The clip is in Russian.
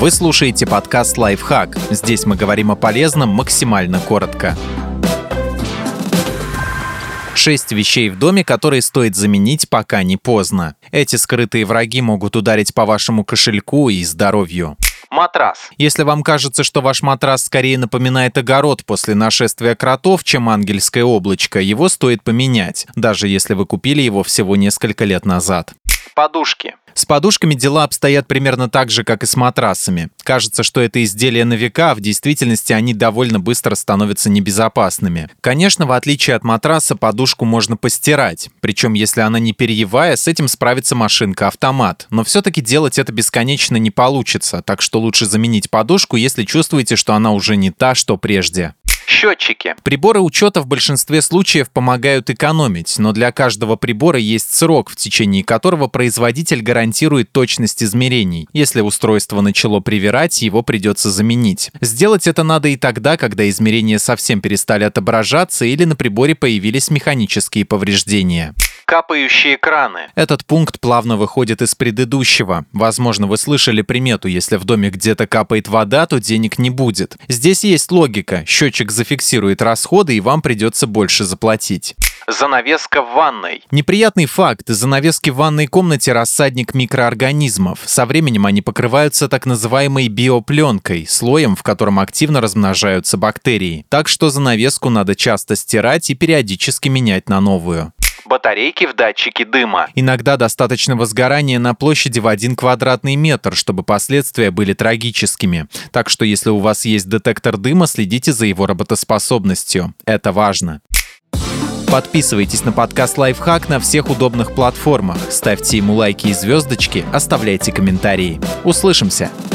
Вы слушаете подкаст «Лайфхак». Здесь мы говорим о полезном максимально коротко. 6 вещей в доме, которые стоит заменить, пока не поздно. Эти скрытые враги могут ударить по вашему кошельку и здоровью. Матрас. Если вам кажется, что ваш матрас скорее напоминает огород после нашествия кротов, чем ангельское облачко, его стоит поменять, даже если вы купили его всего несколько лет назад. Подушки. С подушками дела обстоят примерно так же, как и с матрасами. Кажется, что это изделия на века, а в действительности они довольно быстро становятся небезопасными. Конечно, в отличие от матраса, подушку можно постирать. Причем, если она не перьевая, с этим справится машинка-автомат. Но все-таки делать это бесконечно не получится, так что лучше заменить подушку, если чувствуете, что она уже не та, что прежде. Счетчики. Приборы учета в большинстве случаев помогают экономить, но для каждого прибора есть срок, в течение которого производитель гарантирует точность измерений. Если устройство начало привирать, его придется заменить. Сделать это надо и тогда, когда измерения совсем перестали отображаться или на приборе появились механические повреждения. Капающие краны. Этот пункт плавно выходит из предыдущего. Возможно, вы слышали примету: если в доме где-то капает вода, то денег не будет. Здесь есть логика. Счетчик зафиксирует расходы, и вам придется больше заплатить. Занавеска в ванной. Неприятный факт. Занавески в ванной комнате – рассадник микроорганизмов. Со временем они покрываются так называемой биопленкой, слоем, в котором активно размножаются бактерии. Так что занавеску надо часто стирать и периодически менять на новую. Батарейки в датчике дыма. Иногда достаточно возгорания на площади в 1 квадратный метр, чтобы последствия были трагическими. Так что если у вас есть детектор дыма, следите за его работоспособностью. Это важно. Подписывайтесь на подкаст «Лайфхак» на всех удобных платформах. Ставьте ему лайки и звездочки, оставляйте комментарии. Услышимся!